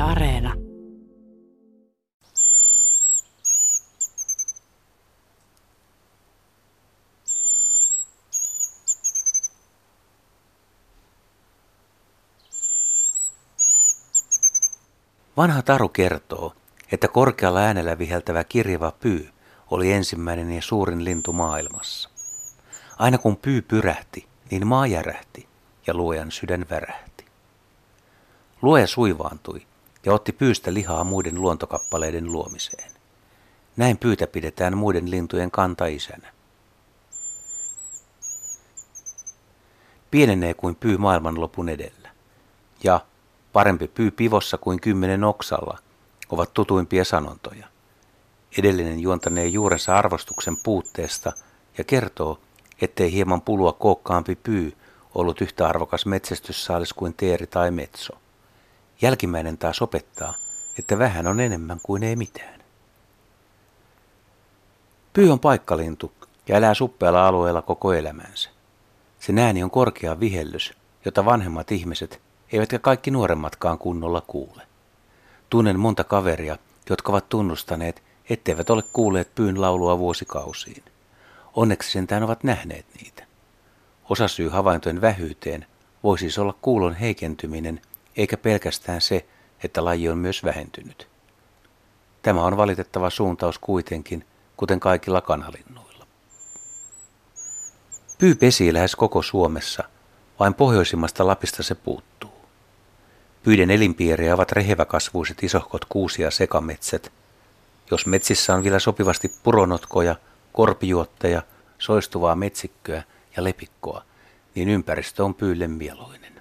Areena. Vanha taru kertoo, että korkealla äänellä viheltävä kirjava pyy oli ensimmäinen ja suurin lintu maailmassa. Aina kun pyy pyrähti, niin maa järähti ja luojan sydän värähti. Luoja suivaantui ja otti pyystä lihaa muiden luontokappaleiden luomiseen. Näin pyytä pidetään muiden lintujen kantaisänä. Pienenee kuin pyy maailmanlopun edellä. Ja parempi pyy pivossa kuin 10 oksalla ovat tutuimpia sanontoja. Edellinen juontanee juurensa arvostuksen puutteesta ja kertoo, ettei hieman pulua kookkaampi pyy ollut yhtä arvokas metsästyssaalis kuin teeri tai metso. Jälkimmäinen taas opettaa, että vähän on enemmän kuin ei mitään. Pyy on paikkalintu ja elää suppealla alueella koko elämänsä. Sen ääni on korkea vihellys, jota vanhemmat ihmiset eivätkä kaikki nuoremmatkaan kunnolla kuule. Tunnen monta kaveria, jotka ovat tunnustaneet, etteivät ole kuulleet pyyn laulua vuosikausiin. Onneksi sentään ovat nähneet niitä. Osasyy havaintojen vähyyteen voi siis olla kuulon heikentyminen, eikä pelkästään se, että laji on myös vähentynyt. Tämä on valitettava suuntaus kuitenkin, kuten kaikilla kanalinnuilla. Pyy pesii lähes koko Suomessa, vain pohjoisimmasta Lapista se puuttuu. Pyiden elinpiiriä ovat reheväkasvuiset isohkot kuusi- ja sekametsät. Jos metsissä on vielä sopivasti puronotkoja, korpijuotteja, soistuvaa metsikköä ja lepikkoa, niin ympäristö on pyylle mieluinen.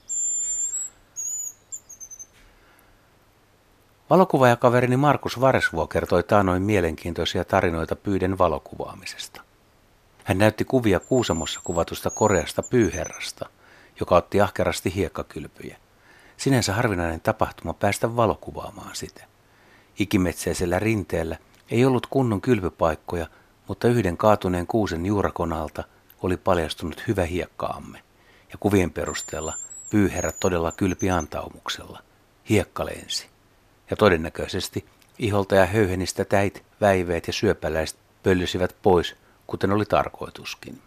Valokuvaaja-kaverini Markus Varesvuo kertoi taannoin mielenkiintoisia tarinoita pyyden valokuvaamisesta. Hän näytti kuvia Kuusamossa kuvatusta koreasta pyyherrasta, joka otti ahkerasti hiekkakylpyjä. Sinänsä harvinainen tapahtuma päästä valokuvaamaan sitä. Ikimetsäisellä rinteellä ei ollut kunnon kylpypaikkoja, mutta yhden kaatuneen kuusen juurakon alta oli paljastunut hyvä hiekkaamme. Ja kuvien perusteella pyyherrat todella kylpi antaumuksella. Hiekka lensi. Ja todennäköisesti iholta ja höyhenistä täit, väiveet ja syöpäläiset pöllysivät pois, kuten oli tarkoituskin.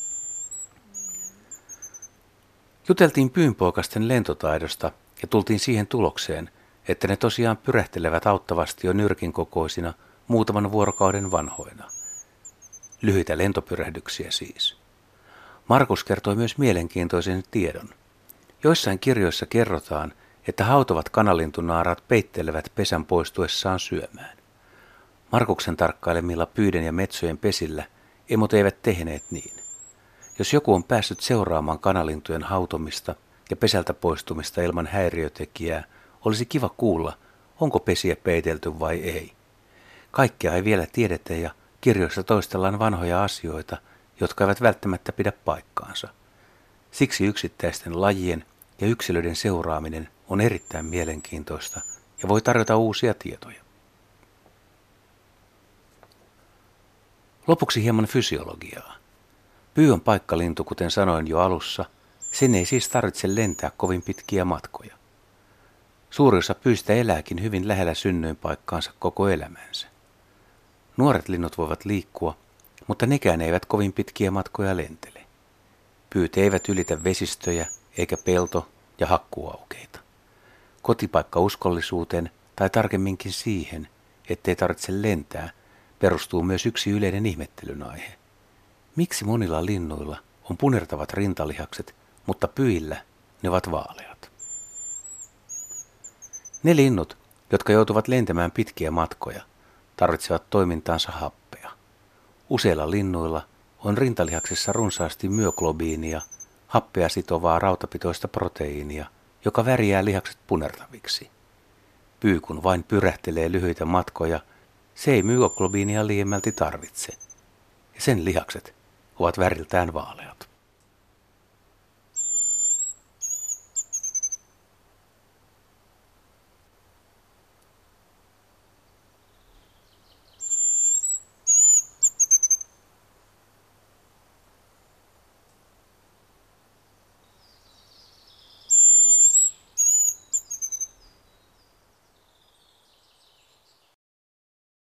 Juteltiin pyynpoikasten lentotaidosta ja tultiin siihen tulokseen, että ne tosiaan pyrähtelevät auttavasti jo nyrkin kokoisina muutaman vuorokauden vanhoina. Lyhyitä lentopyrähdyksiä siis. Markus kertoi myös mielenkiintoisen tiedon. Joissain kirjoissa kerrotaan, että hautovat kanalintunaaraat peittelevät pesän poistuessaan syömään. Markuksen tarkkailemilla pyyden ja metsojen pesillä emot eivät tehneet niin. Jos joku on päässyt seuraamaan kanalintujen hautomista ja pesältä poistumista ilman häiriötekijää, olisi kiva kuulla, onko pesiä peitelty vai ei. Kaikkea ei vielä tiedetä ja kirjoissa toistellaan vanhoja asioita, jotka eivät välttämättä pidä paikkaansa. Siksi yksittäisten lajien ja yksilöiden seuraaminen on erittäin mielenkiintoista ja voi tarjota uusia tietoja. Lopuksi hieman fysiologiaa. Pyy on paikkalintu, kuten sanoin jo alussa. Sen ei siis tarvitse lentää kovin pitkiä matkoja. Suuri osa pyistä elääkin hyvin lähellä synnyinpaikkaansa koko elämänsä. Nuoret linnut voivat liikkua, mutta nekään eivät kovin pitkiä matkoja lentele. Pyyt eivät ylitä vesistöjä eikä pelto- ja hakkuaukeita. Kotipaikka uskollisuuteen tai tarkemminkin siihen, ettei tarvitse lentää, perustuu myös yksi yleinen ihmettelyn aihe. Miksi monilla linnuilla on punertavat rintalihakset, mutta pyillä ne ovat vaaleat? Ne linnut, jotka joutuvat lentämään pitkiä matkoja, tarvitsevat toimintaansa happea. Useilla linnuilla on rintalihaksissa runsaasti myoglobiinia, happea sitovaa rautapitoista proteiinia, joka värjää lihakset punertaviksi. Pyy kun vain pyrähtelee lyhyitä matkoja, se ei myoglobiinia liiemmälti tarvitse. Ja sen lihakset ovat väriltään vaaleat.